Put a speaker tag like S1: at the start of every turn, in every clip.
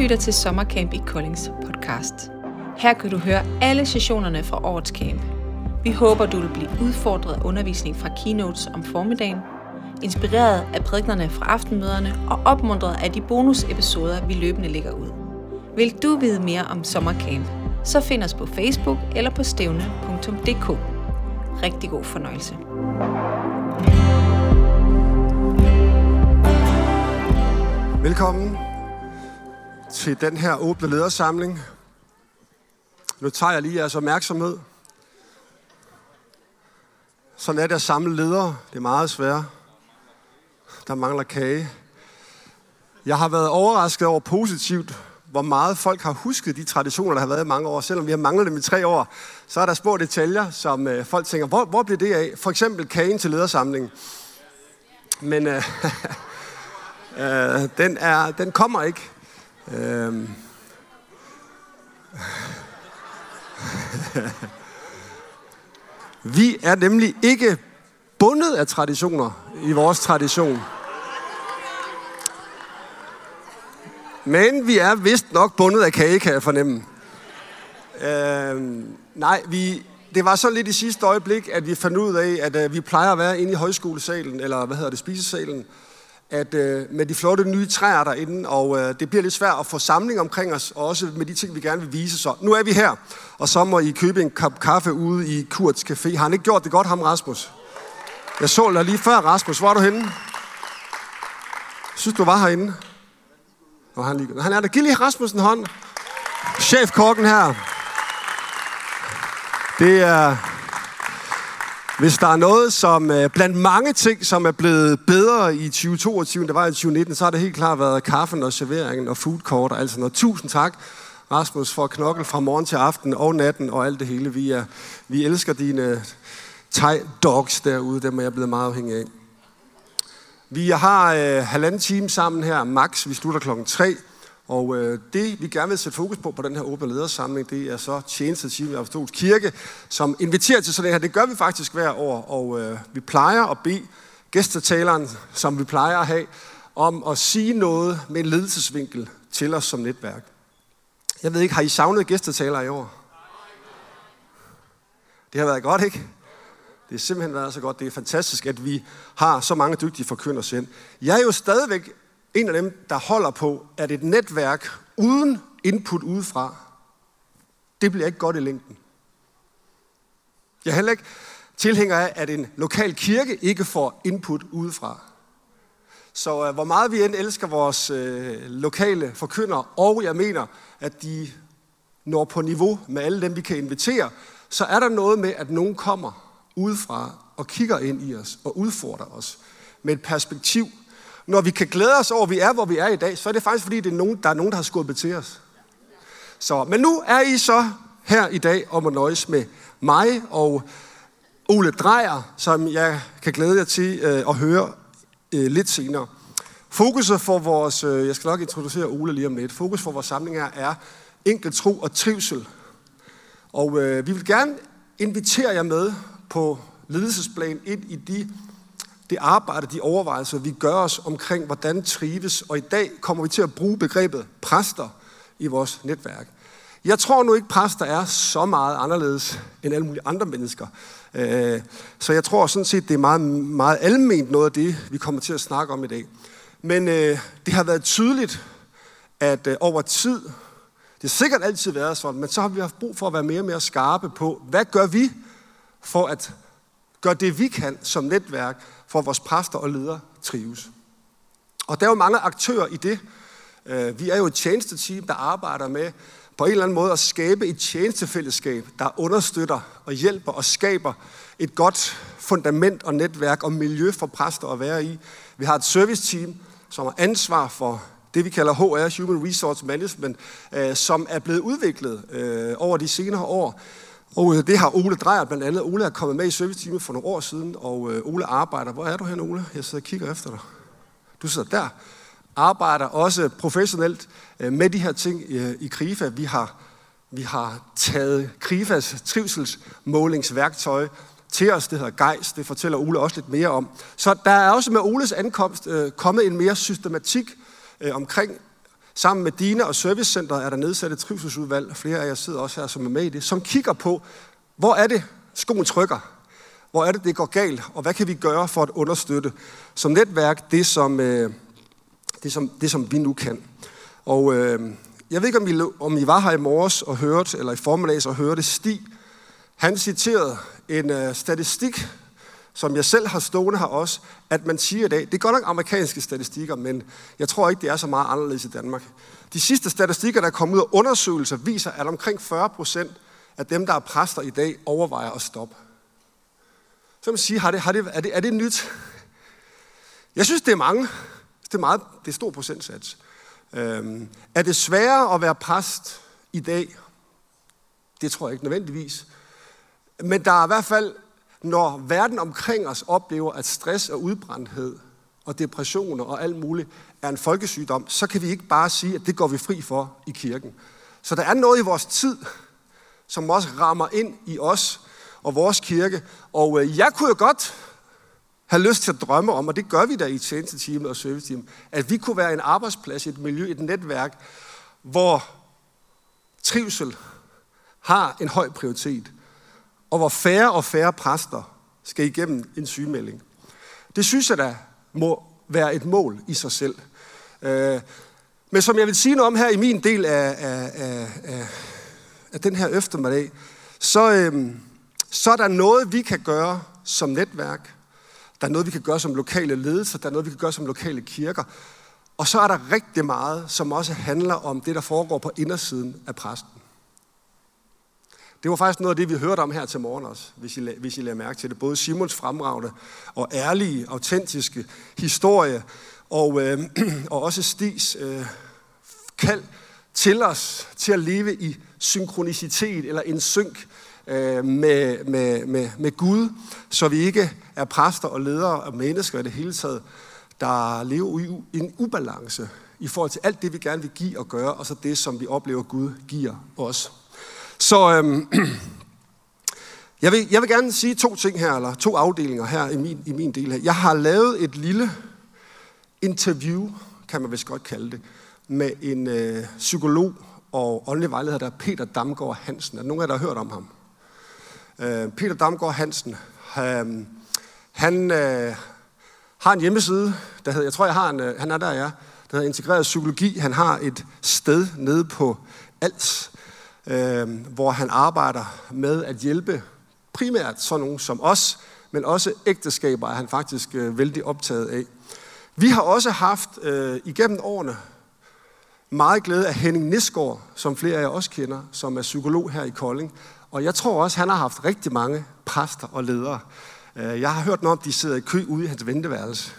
S1: lytter til Sommercamp i Koldings podcast. Her kan du høre alle sessionerne fra årets camp. Vi håber, du vil blive udfordret af undervisning fra keynotes om formiddagen, inspireret af prædiknerne fra aftenmøderne og opmuntret af de bonusepisoder, vi løbende lægger ud. Vil du vide mere om Sommercamp, så find os på Facebook eller på stævne.dk. Rigtig god fornøjelse.
S2: Velkommen til den her åbne ledersamling. Nu tager jeg lige jeres opmærksomhed. Sådan er det at samle ledere. Det er meget svært. Der mangler kage. Jeg har været overrasket over positivt, hvor meget folk har husket de traditioner, der har været i mange år. Selvom vi har manglet dem i 3 år, så er der små detaljer, som folk tænker, hvor bliver det af? For eksempel kagen til ledersamlingen. Men den kommer ikke. Vi er nemlig ikke bundet af traditioner i vores tradition. Men vi er vist nok bundet af kage, kan jeg fornemme. Det var så lidt i sidste øjeblik, at vi fandt ud af, at vi plejer at være inde i højskolesalen, eller spisesalen, at med de flotte nye træer derinde, og det bliver lidt svært at få samling omkring os, og også med de ting, vi gerne vil vise. Så nu er vi her, og så må I købe en kop kaffe ude i Kurts Café. Har han ikke gjort det godt, ham Rasmus? Jeg så dig lige før, Rasmus. Hvor er du henne? Synes du var herinde? Han er der. Giv lige Rasmus en hånd. Chefkokken her. Det er... Hvis der er noget, som blandt mange ting, som er blevet bedre i 2022, end det var i 2019, så har det helt klart været kaffen og serveringen og food court og alt sådan noget. Tusind tak, Rasmus, for at knokle fra morgen til aften og natten og alt det hele. Vi elsker dine Thai dogs derude, dem er jeg blevet meget afhængig af. Vi har 1,5 time sammen her, max. Vi slutter 3:00. Og det, vi gerne vil sætte fokus på den her åbne ledersamling, det er så tjenesteteamet i Apostolsk Kirke, som inviterer til sådan det her. Det gør vi faktisk hver år, og vi plejer at bede gæstetaleren, som vi plejer at have, om at sige noget med en ledelsesvinkel til os som netværk. Jeg ved ikke, har I savnet gæstetalere i år? Det har været godt, ikke? Det har simpelthen været så godt. Det er fantastisk, at vi har så mange dygtige forkyndere selv. Jeg er jo stadigvæk en af dem, der holder på, at et netværk uden input udefra, det bliver ikke godt i længden. Jeg er heller ikke tilhænger af, at en lokal kirke ikke får input udefra. Så hvor meget vi end elsker vores lokale forkyndere, og jeg mener, at de når på niveau med alle dem, vi kan invitere, så er der noget med, at nogen kommer udefra og kigger ind i os og udfordrer os med et perspektiv. Når vi kan glæde os over, at vi er, hvor vi er i dag, så er det faktisk, fordi der er nogen, der har skubbet til os. Men nu er I så her i dag om at nøjes med mig og Ole Drejer, som jeg kan glæde jer til at høre lidt senere. Fokuset for vores, jeg skal nok introducere Ole lige om lidt, fokus for vores samling er enkel tro og trivsel. Og vi vil gerne invitere jer med på ledelsesplan ind i det arbejde, de overvejelser, vi gør os omkring, hvordan trives. Og i dag kommer vi til at bruge begrebet præster i vores netværk. Jeg tror nu ikke, præster er så meget anderledes end alle mulige andre mennesker. Så jeg tror sådan set, det er meget, meget alment noget af det, vi kommer til at snakke om i dag. Men det har været tydeligt, at over tid, det har sikkert altid været sådan, men så har vi haft brug for at være mere og mere skarpe på, hvad gør vi for at gøre det, vi kan som netværk, for at vores præster og ledere trives. Og der er jo mange aktører i det. Vi er jo et tjenesteteam, der arbejder med på en eller anden måde at skabe et tjenestefællesskab, der understøtter og hjælper og skaber et godt fundament og netværk og miljø for præster at være i. Vi har et serviceteam, som har ansvar for det, vi kalder HR, Human Resource Management, som er blevet udviklet over de senere år. Og det har Ole Drejer blandt andet. Ole er kommet med i serviceteamet for nogle år siden, og Ole arbejder. Hvor er du hen, Ole? Jeg sidder og kigger efter dig. Du sidder der. Arbejder også professionelt med de her ting i Krifa. Vi har taget Krifas trivselsmålingsværktøj til os. Det hedder Geist. Det fortæller Ole også lidt mere om. Så der er også med Oles ankomst kommet en mere systematik omkring Sammen med Dina og Servicecentret er der nedsat et trivselsudvalg, flere af jer sidder også her, som er med i det, som kigger på, hvor er det skoen trykker? Hvor er det går galt? Og hvad kan vi gøre for at understøtte som netværk det, som vi nu kan? Og jeg ved ikke, om I var her i morges og hørte, eller i formiddags og hørte Stig. Han citerede en statistik, som jeg selv har stående her også, at man siger i dag, det er godt nok amerikanske statistikker, men jeg tror ikke, det er så meget anderledes i Danmark. De sidste statistikker, der er kommet ud af undersøgelser, viser, at omkring 40% af dem, der er præster i dag, overvejer at stoppe. Så kan man sige, er det nyt? Jeg synes, det er mange. Det er stor procentsats. Er det sværere at være præst i dag? Det tror jeg ikke nødvendigvis. Men der er i hvert fald, når verden omkring os oplever, at stress og udbrændthed og depressioner og alt muligt er en folkesygdom, så kan vi ikke bare sige, at det går vi fri for i kirken. Så der er noget i vores tid, som også rammer ind i os og vores kirke. Og jeg kunne jo godt have lyst til at drømme om, og det gør vi da i tjenesteteamet og serviceteamet, at vi kunne være en arbejdsplads, et miljø, et netværk, hvor trivsel har en høj prioritet, og hvor færre og færre præster skal igennem en sygemelding. Det synes jeg da må være et mål i sig selv. Men som jeg vil sige noget om her i min del af den her eftermiddag, så er der noget, vi kan gøre som netværk. Der er noget, vi kan gøre som lokale ledelser. Der er noget, vi kan gøre som lokale kirker. Og så er der rigtig meget, som også handler om det, der foregår på indersiden af præsten. Det var faktisk noget af det, vi hørte om her til morgen også, hvis I lader mærke til det. Både Simons fremragende og ærlige, autentiske historie, og også Stigs kald til os til at leve i synkronicitet eller en synk med Gud, så vi ikke er præster og ledere og mennesker i det hele taget, der lever i en ubalance i forhold til alt det, vi gerne vil give og gøre, og så det, som vi oplever, Gud giver os. Så jeg vil gerne sige 2 ting her, eller 2 afdelinger her i min del her. Jeg har lavet et lille interview, kan man vist godt kalde det, med en psykolog og åndelig vejleder, der er Peter Damgaard Hansen. Er der nogen af jer, der har hørt om ham? Peter Damgaard Hansen, han har en hjemmeside, der hedder, han er der, ja, der hedder Integreret Psykologi. Han har et sted nede på Als, hvor han arbejder med at hjælpe primært sådan nogen som os, men også ægteskaber er han faktisk vældig optaget af. Vi har også haft igennem årene meget glæde af Henning Nisgaard, som flere af jer også kender, som er psykolog her i Kolding. Og jeg tror også, han har haft rigtig mange præster og ledere. Jeg har hørt noget om, de sidder i kø ude i hans venteværelse.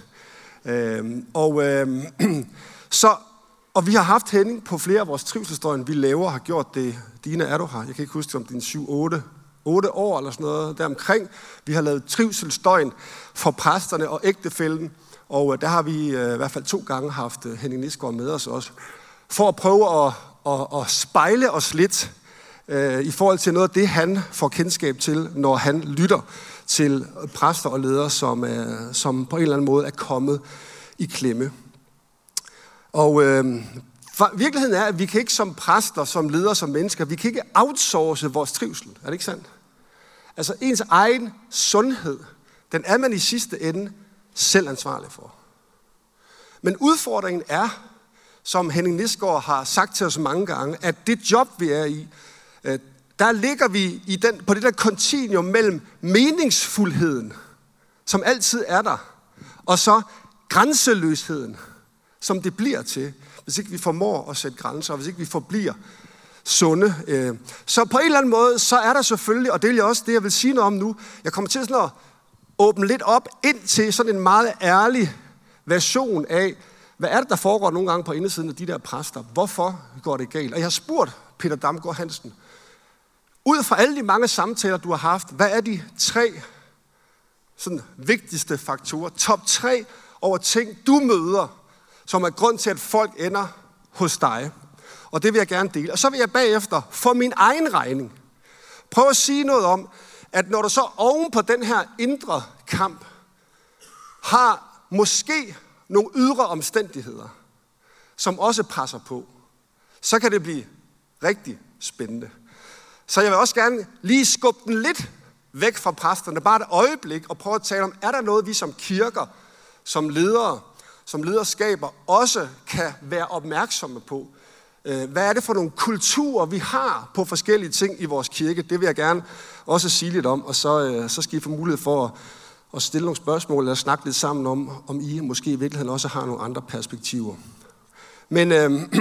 S2: Og vi har haft Henning på flere af vores trivselsdøgn, vi laver og har gjort det. Dina, er du her? Jeg kan ikke huske, om det er 7-8 år eller sådan noget deromkring. Vi har lavet trivselsdøgn for præsterne og ægtefælden, og der har vi i hvert fald 2 gange haft Henning Nisgaard med os også, for at prøve at spejle os lidt i forhold til noget af det, han får kendskab til, når han lytter til præster og ledere, som på en eller anden måde er kommet i klemme. Og virkeligheden er, at vi kan ikke som præster, som ledere, som mennesker, vi kan ikke outsource vores trivsel. Er det ikke sandt? Altså ens egen sundhed, den er man i sidste ende selv ansvarlig for. Men udfordringen er, som Henning Nisgaard har sagt til os mange gange, at det job, vi er i, der ligger vi på det der kontinuum mellem meningsfuldheden, som altid er der, og så grænseløsheden, som det bliver til, hvis ikke vi formår at sætte grænser, og hvis ikke vi forbliver sunde. Så på en eller anden måde, så er der selvfølgelig, og det er også det, jeg vil sige noget om nu, jeg kommer til sådan at åbne lidt op ind til sådan en meget ærlig version af, hvad er det, der foregår nogle gange på indersiden af de der præster? Hvorfor går det galt? Og jeg har spurgt Peter Damgaard Hansen, ud fra alle de mange samtaler, du har haft, hvad er de 3 sådan vigtigste faktorer, top 3 over ting, du møder, som er grund til, at folk ender hos dig? Og det vil jeg gerne dele. Og så vil jeg bagefter, for min egen regning, prøve at sige noget om, at når du så oven på den her indre kamp, har måske nogle ydre omstændigheder, som også presser på, så kan det blive rigtig spændende. Så jeg vil også gerne lige skubbe den lidt væk fra præsterne, bare et øjeblik, og prøve at tale om, er der noget, vi som kirker, som ledere, som lederskaber, også kan være opmærksomme på. Hvad er det for nogle kulturer, vi har på forskellige ting i vores kirke? Det vil jeg gerne også sige lidt om, og så skal I få mulighed for at stille nogle spørgsmål, eller snakke lidt sammen om I måske i virkeligheden også har nogle andre perspektiver. Men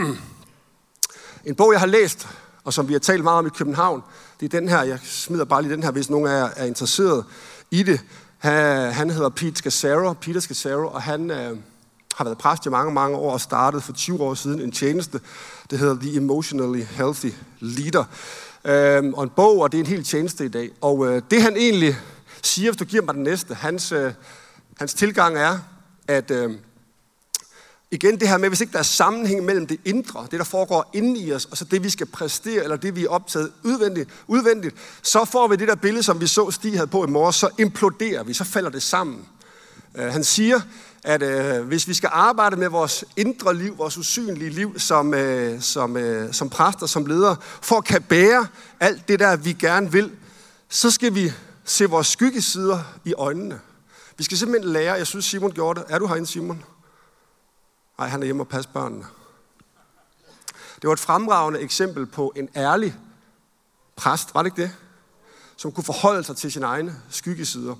S2: en bog, jeg har læst, og som vi har talt meget om i København, det er den her. Jeg smider bare lige den her, hvis nogen af jer er interesseret i det. Han hedder Peter Scazzaro, og han har været præst i mange, mange år og startede for 20 år siden en tjeneste. Det hedder The Emotionally Healthy Leader. Og en bog, og det er en hel tjeneste i dag. Og det han egentlig siger, hvis du giver mig den næste, hans tilgang er, at igen det her med, hvis ikke der er sammenhæng mellem det indre, det der foregår inde i os, og så det vi skal præstere, eller det vi er optaget udvendigt, så får vi det der billede, som vi så Stig havde på i morges, så imploderer vi, så falder det sammen. Han siger, at hvis vi skal arbejde med vores indre liv, vores usynlige liv, som præster, som ledere, for at kan bære alt det der, vi gerne vil, så skal vi se vores skyggesider i øjnene. Vi skal simpelthen lære, jeg synes Simon gjorde det. Er du herinde, Simon? Nej, han er hjemme og passe børnene. Det var et fremragende eksempel på en ærlig præst, var det ikke det? Som kunne forholde sig til sine egne skyggesider.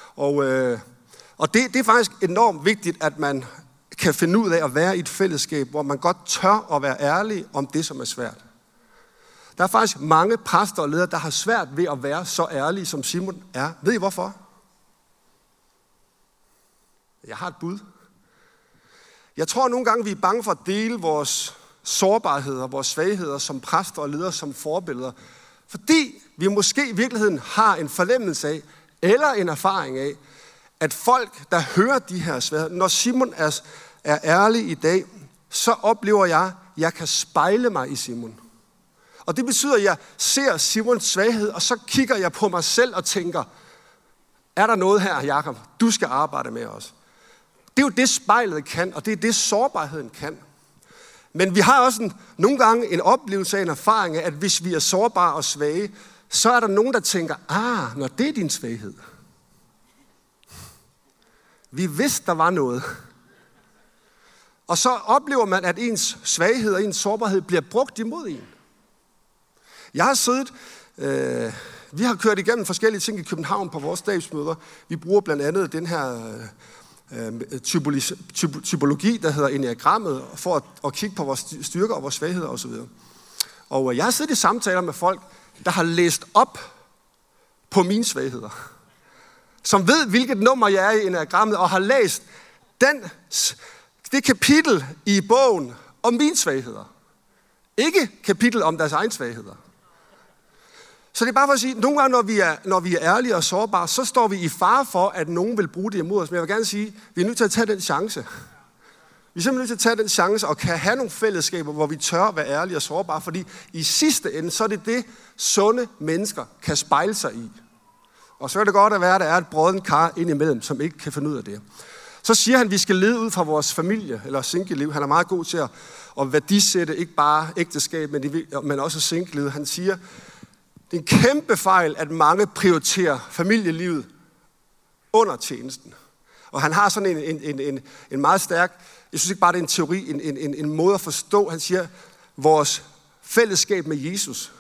S2: Og det er faktisk enormt vigtigt, at man kan finde ud af at være i et fællesskab, hvor man godt tør at være ærlig om det, som er svært. Der er faktisk mange præster og ledere, der har svært ved at være så ærlige, som Simon er. Ved I hvorfor? Jeg har et bud. Jeg tror nogle gange, vi er bange for at dele vores sårbarheder, vores svagheder som præster og ledere, som forbilleder. Fordi vi måske i virkeligheden har en fornemmelse af, eller en erfaring af, at folk, der hører de her svagheder, når Simon er ærlig i dag, så oplever jeg, at jeg kan spejle mig i Simon. Og det betyder, at jeg ser Simons svaghed, og så kigger jeg på mig selv og tænker, er der noget her, Jakob, du skal arbejde med os? Det er jo det, spejlet kan, og det er det, sårbarheden kan. Men vi har også nogle gange en oplevelse af en erfaring af, at hvis vi er sårbare og svage, så er der nogen, der tænker, når det er din svaghed. Vi vidste, der var noget. Og så oplever man, at ens svaghed og ens sårbarhed bliver brugt imod en. Jeg har siddet, vi har kørt igennem forskellige ting i København på vores stabsmøder. Vi bruger blandt andet den her typologi, der hedder enneagrammet, for at kigge på vores styrker og vores svagheder osv. Og jeg har siddet i samtaler med folk, der har læst op på mine svagheder. Som ved, hvilket nummer jeg er i enneagrammet, og har læst det kapitel i bogen om mine svagheder. Ikke kapitel om deres egne svagheder. Så det er bare for at sige, at nogle gange, når vi er ærlige og sårbare, så står vi i fare for, at nogen vil bruge det imod os. Men jeg vil gerne sige, at vi er nødt til at tage den chance. Vi er simpelthen nødt til at tage den chance og kan have nogle fællesskaber, hvor vi tør at være ærlige og sårbare. Fordi i sidste ende, så er det sunde mennesker kan spejle sig i. Og så er det godt at være, at der er et broddent kar indimellem, som ikke kan finde ud af det. Så siger han, at vi skal lede ud fra vores familie eller single-liv. Han er meget god til at værdisætte ikke bare ægteskab, men også single-livet. Han siger, det er en kæmpe fejl, at mange prioriterer familielivet under tjenesten. Og han har sådan en meget stærk, jeg synes ikke bare, det er en teori, en måde at forstå. Han siger, vores fællesskab med Jesus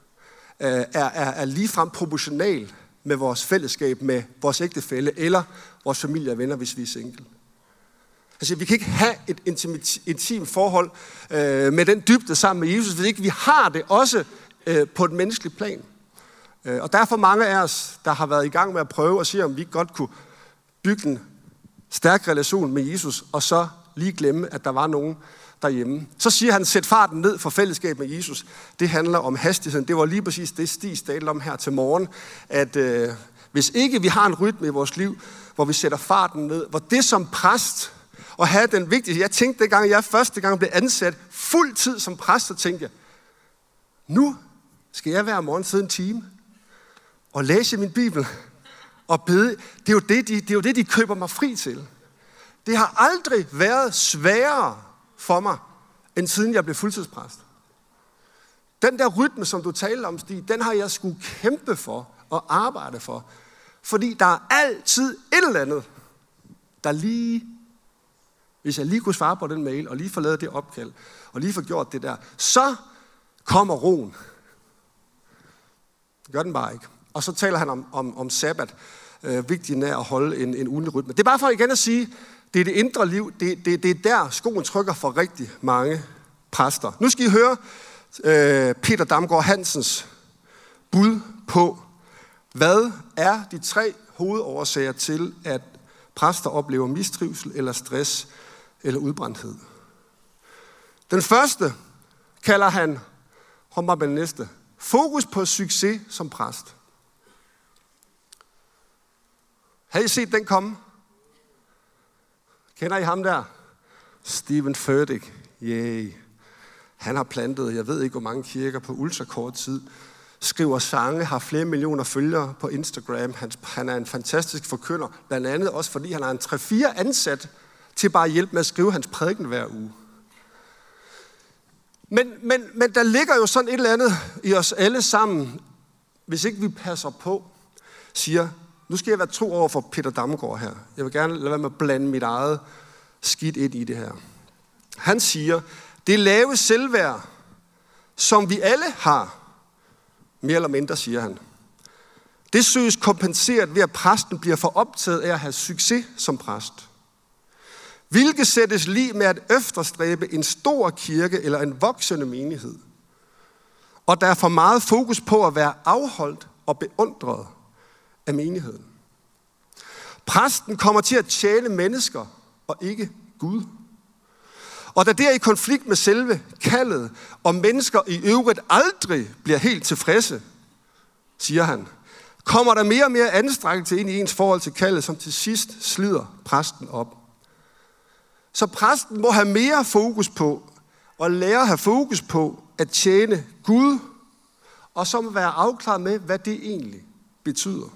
S2: er ligefrem proportional med vores fællesskab med vores ægtefælle eller vores familie og venner, hvis vi er single. Altså, vi kan ikke have et intimt forhold med den dybde sammen med Jesus, hvis ikke vi har det også på et menneskeligt plan. Og der er for mange af os, der har været i gang med at prøve at se, om vi godt kunne bygge en stærk relation med Jesus, og så lige glemme, at der var nogen derhjemme. Så siger han, sæt farten ned for fællesskab med Jesus. Det handler om hastigheden. Det var lige præcis det, Stig talte om her til morgen, at hvis ikke vi har en rytme i vores liv, hvor vi sætter farten ned, hvor det som præst, og have den vigtige, jeg tænkte dengang, jeg første gang blev ansat fuld tid som præst, så tænkte jeg, nu skal jeg hver morgen sidde en time og læse min bibel og bede. Det er jo det, de køber mig fri til. Det har aldrig været sværere for mig end siden jeg blev fuldtidspræst. Den der rytme, som du talte om, Stig, den har jeg skulle kæmpe for og arbejde for. Fordi der er altid et eller andet, der lige, hvis jeg lige kunne svare på den mail, og lige få lavet det opkald, og lige få gjort det der, så kommer roen. Det gør den bare ikke. Og så taler han om sabbat. Vigtigt er at holde en ugentlig rytme. Det er bare for igen at sige, det er det indre liv. Det er der skoen trykker for rigtig mange præster. Nu skal I høre Peter Damgaard Hansens bud på, hvad er de 3 hovedårsager til, at præster oplever mistrivsel eller stress eller udbrændthed. Den første kalder han, hold mig med den næste, fokus på succes som præst. Har I set den komme? Kender I ham der? Steven Furtick. Yay. Han har plantet, jeg ved ikke hvor mange kirker på ultrakort tid. Skriver sange, har flere millioner følgere på Instagram. Han er en fantastisk forkynder. Blandt andet også fordi han har en 3-4 ansat til bare at hjælpe med at skrive hans prædiken hver uge. Men der ligger jo sådan et eller andet i os alle sammen, hvis ikke vi passer på, siger, nu skal jeg være tro over for Peter Damgaard her. Jeg vil gerne lade være med at blande mit eget skidt ind i det her. Han siger, det lave selvværd, som vi alle har, mere eller mindre, siger han, det søges kompenseret ved, at præsten bliver for optaget af at have succes som præst. Hvilket sættes lig med at efterstræbe en stor kirke eller en voksende menighed. Og der er for meget fokus på at være afholdt og beundret af menigheden. Præsten kommer til at tjene mennesker og ikke Gud. Og da det er i konflikt med selve kaldet, og mennesker i øvrigt aldrig bliver helt tilfredse, siger han, kommer der mere og mere anstrengelse ind i ens forhold til kaldet, som til sidst slider præsten op. Så præsten må have mere fokus på, og lære at have fokus på, at tjene Gud, og så må være afklaret med, hvad det egentlig betyder.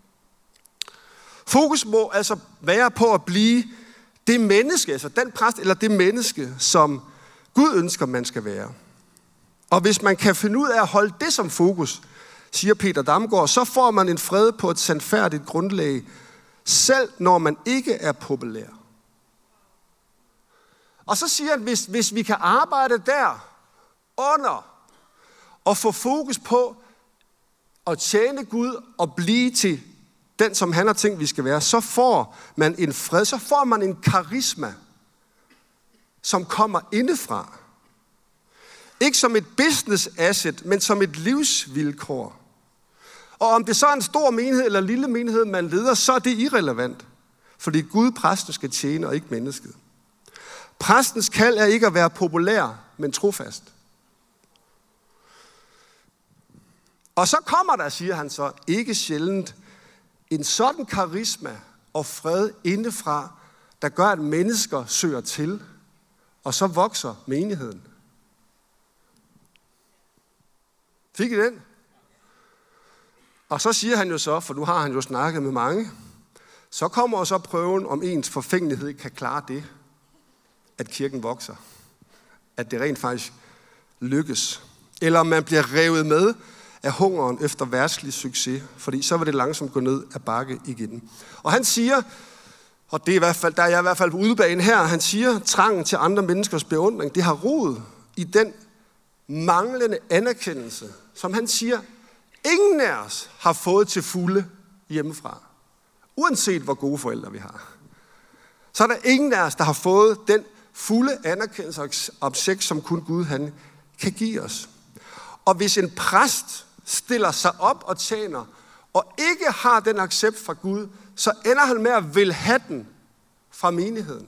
S2: Fokus må altså være på at blive det menneske, altså den præst eller det menneske, som Gud ønsker, man skal være. Og hvis man kan finde ud af at holde det som fokus, siger Peter Damgaard, så får man en fred på et sandfærdigt grundlag, selv når man ikke er populær. Og så siger han, hvis vi kan arbejde der under og få fokus på at tjene Gud og blive til den, som han har tænkt, vi skal være, så får man en fred, så får man en karisma, som kommer indefra. Ikke som et business asset, men som et livsvilkår. Og om det så er en stor menighed eller en lille menighed, man leder, så er det irrelevant. Fordi Gud, præsten, skal tjene og ikke mennesket. Præstens kald er ikke at være populær, men trofast. Og så kommer der, siger han så, ikke sjældent, en sådan karisma og fred indefra, der gør, at mennesker søger til, og så vokser menigheden. Fik I den? Og så siger han jo så, for nu har han jo snakket med mange, så kommer så prøven, om ens forfængelighed kan klare det, at kirken vokser. At det rent faktisk lykkes. Eller om man bliver revet med af hungeren efter verdslig succes, fordi så vil det langsomt gå ned ad bakke igen. Og han siger, og det er i hvert fald, der er jeg i hvert fald på udebane her, han siger, trangen til andre menneskers beundring, det har rod i den manglende anerkendelse, som han siger, ingen af os har fået til fulde hjemmefra. Uanset hvor gode forældre vi har. Så er der ingen af os, der har fået den fulde anerkendelse og accept, som kun Gud han kan give os. Og hvis en præst stiller sig op og tjener, og ikke har den accept fra Gud, så ender han med at vil have den fra menigheden.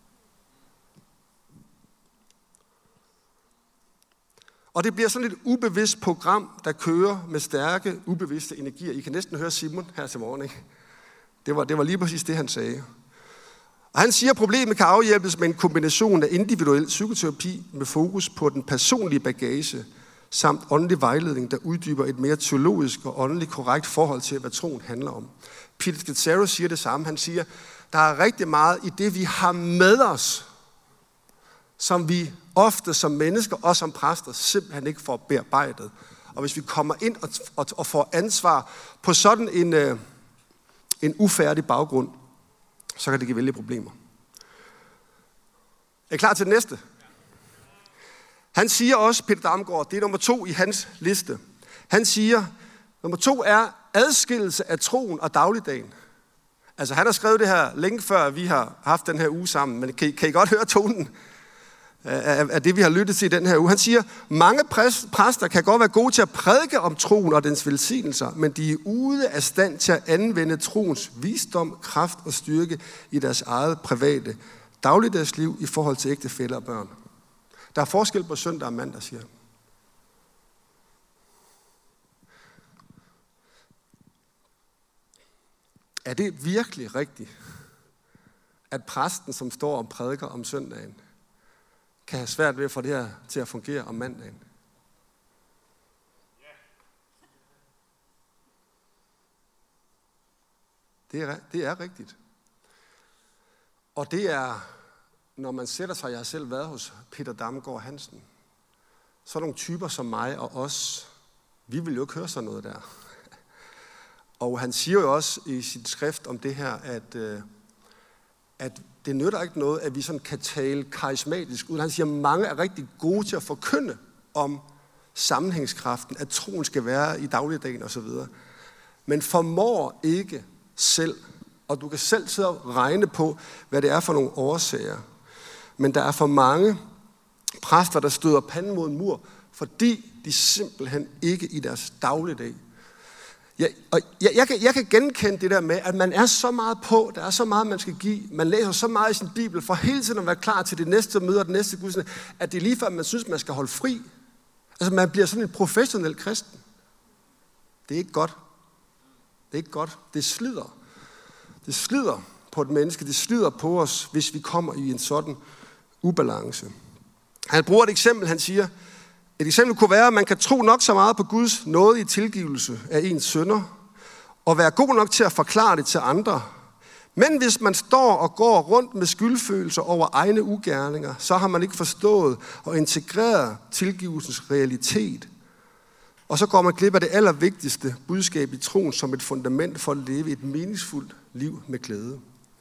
S2: Og det bliver sådan et ubevidst program, der kører med stærke, ubevidste energier. I kan næsten høre Simon her til morgen, ikke? Det var lige præcis det, han sagde. Og han siger, at problemet kan afhjælpes med en kombination af individuel psykoterapi med fokus på den personlige bagage, samt åndelig vejledning, der uddyber et mere teologisk og åndeligt korrekt forhold til, hvad troen handler om. Peter Scazzaro siger det samme. Han siger, der er rigtig meget i det, vi har med os, som vi ofte som mennesker og som præster simpelthen ikke får bearbejdet. Og hvis vi kommer ind og får ansvar på sådan en ufærdig baggrund, så kan det give vældige problemer. Er I klar til det næste? Han siger også, Peter Damgaard, det er nummer 2 i hans liste. Han siger, nummer 2 er adskillelse af troen og dagligdagen. Altså han har skrevet det her længe før vi har haft den her uge sammen, men kan I godt høre tonen af det, vi har lyttet til i den her uge? Han siger, mange præster kan godt være gode til at prædike om troen og dens velsignelser, men de er ude af stand til at anvende troens visdom, kraft og styrke i deres eget private dagligdagsliv i forhold til ægtefæller og børn. Der er forskel på søndag og mandag, siger han. Er det virkelig rigtigt, at præsten, som står og prædiker om søndagen, kan have svært ved at få det her til at fungere om mandagen? Det er rigtigt. Og det er, når man sætter sig, jeg har selv været hos Peter Damgaard Hansen, så er nogle typer som mig og os, vi vil jo ikke høre sådan noget der. Og han siger jo også i sit skrift om det her, at det nytter ikke noget, at vi sådan kan tale karismatisk ud. Han siger, at mange er rigtig gode til at forkynde om sammenhængskraften, at troen skal være i dagligdagen osv. Men formår ikke selv, og du kan selv sidde og regne på, hvad det er for nogle årsager. Men der er for mange præster, der støder panden mod en mur, fordi de simpelthen ikke i deres dagligdag. Jeg kan genkende det der med, at man er så meget på, der er så meget, man skal give. Man læser så meget i sin bibel, for hele tiden at være klar til det næste møde og det næste gudstjeneste, at det er lige før, man synes, man skal holde fri. Altså, man bliver sådan en professionel kristen. Det er ikke godt. Det er ikke godt. Det slider. Det slider på et menneske. Det slider på os, hvis vi kommer i en sådan ubalance. Han bruger et eksempel, han siger, et eksempel kunne være, at man kan tro nok så meget på Guds nåde i tilgivelse af ens synder, og være god nok til at forklare det til andre. Men hvis man står og går rundt med skyldfølelser over egne ugerninger, så har man ikke forstået og integreret tilgivelsens realitet. Og så går man glip af det allervigtigste budskab i troen som et fundament for at leve et meningsfuldt liv med glæde.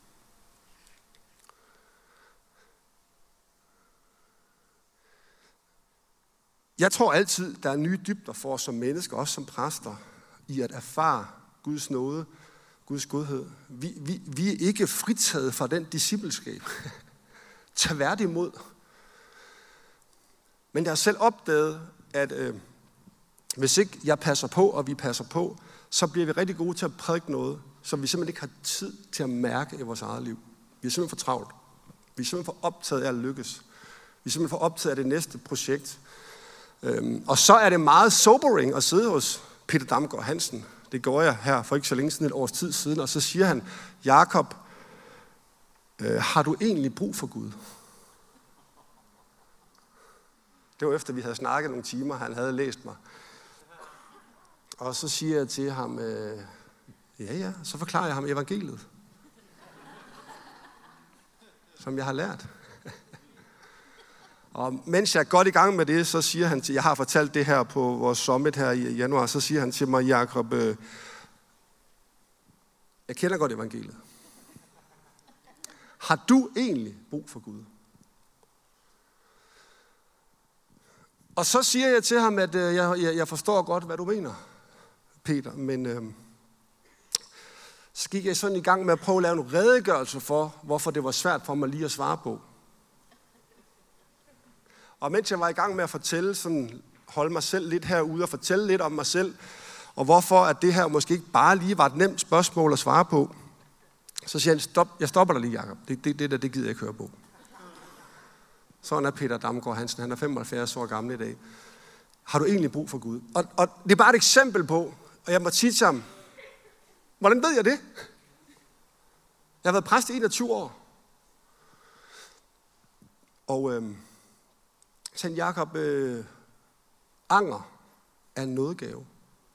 S2: Jeg tror altid, der er nye dybder for os som mennesker, også som præster, i at erfare Guds nåde, Guds godhed. Vi er ikke fritaget fra den discipleskab. Tværtimod. Men jeg har selv opdaget, at hvis ikke jeg passer på, og vi passer på, så bliver vi rigtig gode til at prædike noget, som vi simpelthen ikke har tid til at mærke i vores eget liv. Vi er simpelthen for travlt. Vi er simpelthen for optaget af at lykkes. Vi er simpelthen for optaget af det næste projekt. Og så er det meget sobering at sidde hos Peter Damgaard Hansen. Det gjorde jeg her for ikke så længe siden, et års tid siden. Og så siger han, Jakob, har du egentlig brug for Gud? Det var efter, vi havde snakket nogle timer, han havde læst mig. Og så siger jeg til ham, ja, så forklarer jeg ham evangeliet. Som jeg har lært. Og mens jeg er godt i gang med det, så siger han til, jeg har fortalt det her på vores summit her i januar, så siger han til mig, Jakob, jeg kender godt evangeliet. Har du egentlig brug for Gud? Og så siger jeg til ham, at jeg forstår godt, hvad du mener, Peter, men så gik jeg sådan i gang med at prøve at lave en redegørelse for, hvorfor det var svært for mig lige at svare på. Og mens jeg var i gang med at fortælle, sådan, holde mig selv lidt herude og fortælle lidt om mig selv, og hvorfor at det her måske ikke bare lige var et nemt spørgsmål at svare på, så siger han, stop, jeg stopper dig lige, Jacob. Det gider jeg ikke høre på. Sådan er Peter Damgaard Hansen, han er 75 år gammel i dag. Har du egentlig brug for Gud? Og det er bare et eksempel på, og jeg må sige til ham, hvordan ved jeg det? Jeg har været præst i 21 år. Og sagde Jakob, anger er en nådegave.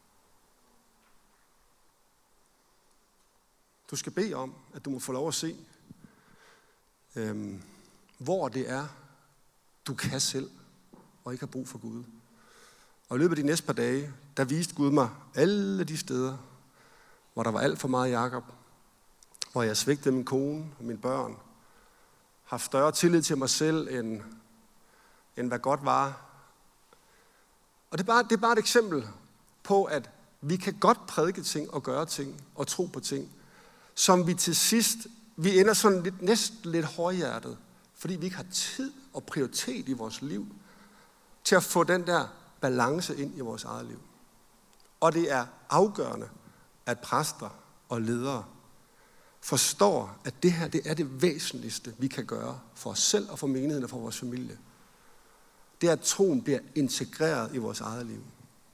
S2: Du skal bede om, at du må få lov at se, hvor det er, du kan selv, og ikke har brug for Gud. Og i løbet af de næste par dage, der viste Gud mig alle de steder, hvor der var alt for meget Jakob, hvor jeg svigtede min kone og mine børn, haft større tillid til mig selv, end hvad godt var. Og det er bare et eksempel på, at vi kan godt prædike ting og gøre ting og tro på ting, som vi til sidst, vi ender sådan næsten lidt hårdhjertet, fordi vi ikke har tid og prioritet i vores liv til at få den der balance ind i vores eget liv. Og det er afgørende, at præster og ledere forstår, at det her, det er det væsentligste, vi kan gøre for os selv og for menigheden og for vores familie. Det er, at troen bliver integreret i vores eget liv.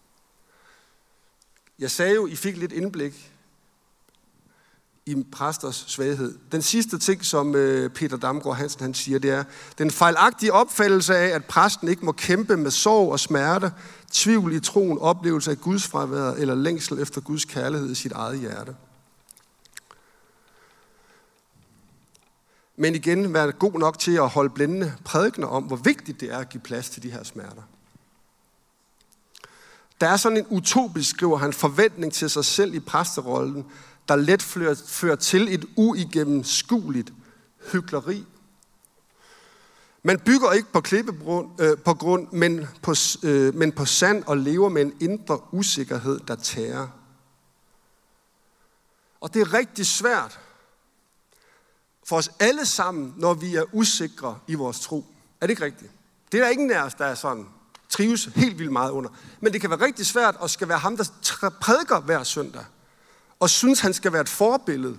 S2: Jeg sagde jo, I fik lidt indblik i præsters svaghed. Den sidste ting, som Peter Damgaard Hansen han siger, det er, den fejlagtige opfattelse af, at præsten ikke må kæmpe med sorg og smerte, tvivl i troen, oplevelse af Guds fraværet eller længsel efter Guds kærlighed i sit eget hjerte. Men igen, vær god nok til at holde blændende prædikener om, hvor vigtigt det er at give plads til de her smerter. Der er sådan en utopisk, skriver han, forventning til sig selv i præsterollen, der let fører til et uigennemskueligt hykleri. Man bygger ikke på klippegrund, men på sand og lever med en indre usikkerhed, der tærer. Og det er rigtig svært for os alle sammen, når vi er usikre i vores tro. Er det ikke rigtigt? Det er der ingen af os, der er sådan, trives helt vildt meget under. Men det kan være rigtig svært at skal være ham, der prædiker hver søndag, og synes, han skal være et forbillede.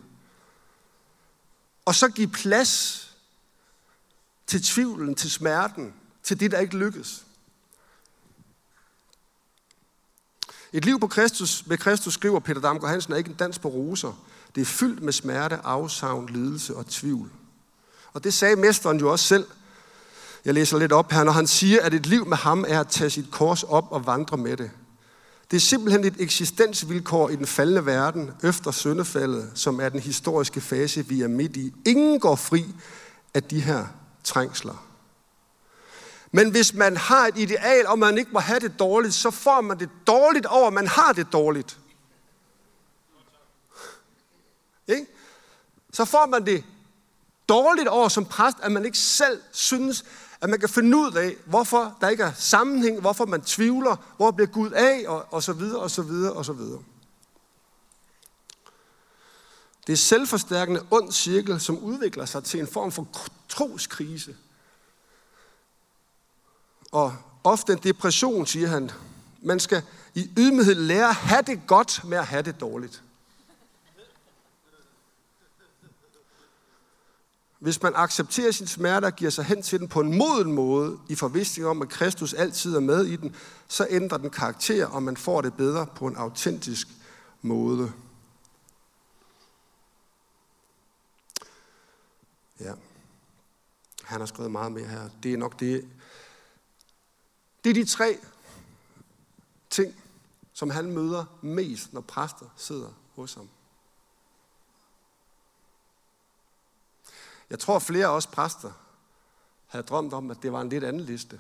S2: Og så give plads til tvivlen, til smerten, til det, der ikke lykkes. Et liv med Kristus, skriver Peter Damgaard Hansen, er ikke en dans på roser. Det er fyldt med smerte, afsavn, lidelse og tvivl. Og det sagde mesteren jo også selv. Jeg læser lidt op her, når han siger, at et liv med ham er at tage sit kors op og vandre med det. Det er simpelthen et eksistensvilkår i den faldne verden, efter syndefaldet, som er den historiske fase, vi er midt i. Ingen går fri af de her trængsler. Men hvis man har et ideal, og man ikke må have det dårligt, så får man det dårligt over, at man har det dårligt. Ikke? Så får man det dårligt over som præst, at man ikke selv synes, at man kan finde ud af, hvorfor der ikke er sammenhæng, hvorfor man tvivler, hvor bliver Gud af, og så videre, og så videre, og så videre. Det er selvforstærkende ond cirkel, som udvikler sig til en form for troskrise. Og ofte en depression, siger han. Man skal i ydmyghed lære at have det godt med at have det dårligt. Hvis man accepterer sin smerte og giver sig hen til den på en moden måde, i forvisning om, at Kristus altid er med i den, så ændrer den karakter, og man får det bedre på en autentisk måde. Ja. Han har skrevet meget mere her. Det er nok det. Det er de 3 ting, som han møder mest, når præster sidder hos ham. Jeg tror, flere af os præster havde drømt om, at det var en lidt anden liste.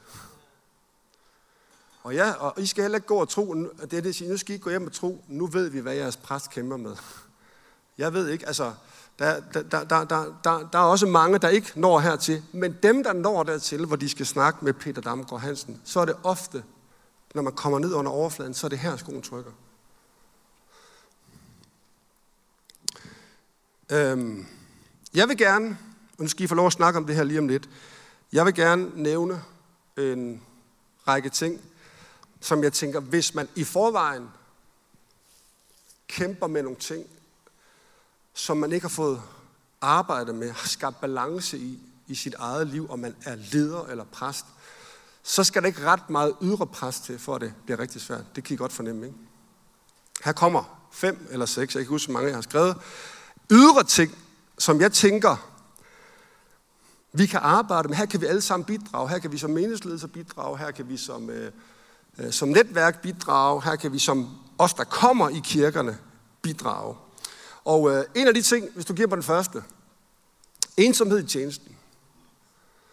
S2: Og ja, og I skal heller ikke gå og tro, det siger, nu skal I gå hjem og tro, nu ved vi, hvad jeres præst kæmper med. Jeg ved ikke, altså, der er også mange, der ikke når hertil, men dem, der når dertil, hvor de skal snakke med Peter Damgaard Hansen, så er det ofte, når man kommer ned under overfladen, så er det her, skoen trykker. Jeg vil gerne, og nu skal I få lov at snakke om det her lige om lidt, jeg vil gerne nævne en række ting, som jeg tænker, hvis man i forvejen kæmper med nogle ting, som man ikke har fået arbejde med, har skabt balance i sit eget liv, og man er leder eller præst, så skal der ikke ret meget ydre pres til, for at det bliver rigtig svært. Det kan I godt fornemme, ikke? Her kommer 5 eller 6, jeg kan ikke huske, hvor mange jeg har skrevet, ydre ting, som jeg tænker, vi kan arbejde med. Her kan vi alle sammen bidrage. Her kan vi som menighedsledelse bidrage. Her kan vi som netværk bidrage. Her kan vi som os, der kommer i kirkerne, bidrage. Og en af de ting, hvis du giver på den første, ensomhed i tjenesten.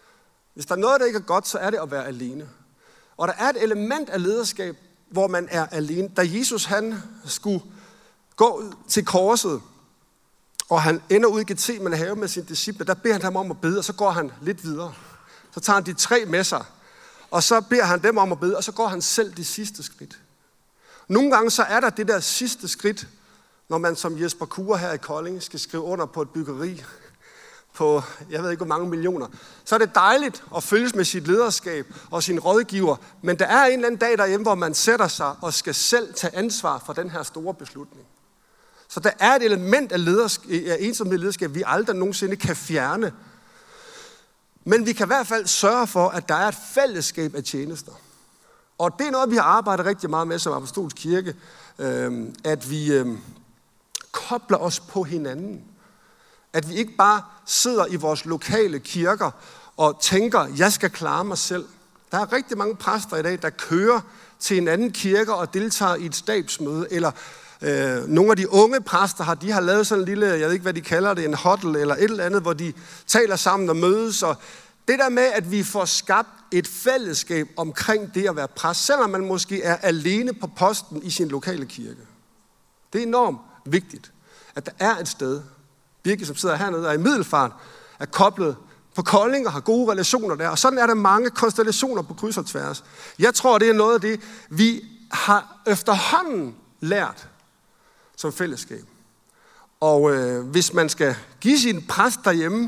S2: Hvis der er noget, der ikke er godt, så er det at være alene. Og der er et element af lederskab, hvor man er alene. Da Jesus han skulle gå til korset, og han ender ud i Getsemane have med sine disciple, der beder han dem om at bede, og så går han lidt videre. Så tager han de 3 med sig, og så beder han dem om at bede, og så går han selv det sidste skridt. Nogle gange så er der det der sidste skridt, når man som Jesper Kure her i Kolding skal skrive under på et byggeri på, jeg ved ikke hvor mange millioner. Så er det dejligt at følges med sit lederskab og sin rådgiver, men der er en eller anden dag derhjemme, hvor man sætter sig og skal selv tage ansvar for den her store beslutning. Så der er et element af ensomhed i lederskab, vi aldrig nogensinde kan fjerne. Men vi kan i hvert fald sørge for, at der er et fællesskab af tjenester. Og det er noget, vi har arbejdet rigtig meget med som Apostolsk Kirke, at vi kobler os på hinanden. At vi ikke bare sidder i vores lokale kirker og tænker, jeg skal klare mig selv. Der er rigtig mange præster i dag, der kører til en anden kirke og deltager i et stabsmøde, eller nogle af de unge præster de har lavet sådan en lille, jeg ved ikke hvad de kalder det, en huddle eller et eller andet, hvor de taler sammen og mødes. Og det der med, at vi får skabt et fællesskab omkring det at være præst, selvom man måske er alene på posten i sin lokale kirke. Det er enormt vigtigt, at der er et sted. Birke, som sidder hernede og i Middelfart, er koblet på Kolding og har gode relationer der. Og sådan er der mange konstellationer på kryds og tværs. Jeg tror, det er noget af det, vi har efterhånden lært som fællesskab. Og hvis man skal give sin præst derhjemme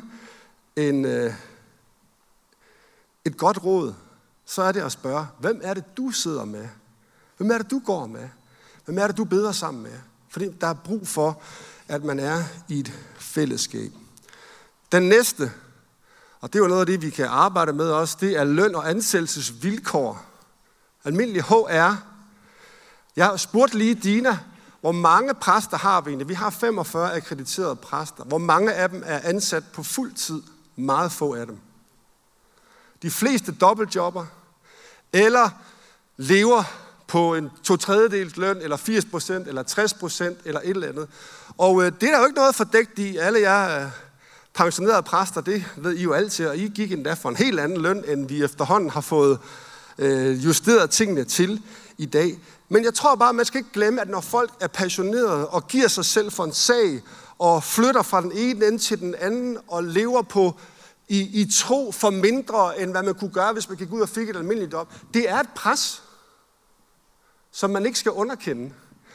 S2: et godt råd, så er det at spørge, hvem er det, du sidder med? Hvem er det, du går med? Hvem er det, du beder sammen med? Fordi der er brug for, at man er i et fællesskab. Den næste, og det er jo noget af det, vi kan arbejde med også, det er løn- og ansættelsesvilkår. Almindelig HR. Jeg spurgte lige Dina, hvor mange præster har vi egentlig? Vi har 45 akkrediterede præster. Hvor mange af dem er ansat på fuld tid? Meget få af dem. De fleste dobbeltjobber, eller lever på en 2/3 løn, eller 80%, eller 60%, eller et eller andet. Og det er der jo ikke noget fordækt i. Alle jer pensionerede præster, det ved I jo altid, og I gik endda for en helt anden løn, end vi efterhånden har fået justeret tingene til i dag. Men jeg tror bare, at man skal ikke glemme, at når folk er passionerede og giver sig selv for en sag, og flytter fra den ene ende til den anden, og lever på i tro for mindre, end hvad man kunne gøre, hvis man gik ud og fik et almindeligt job, det er et pres, som man ikke skal underkende.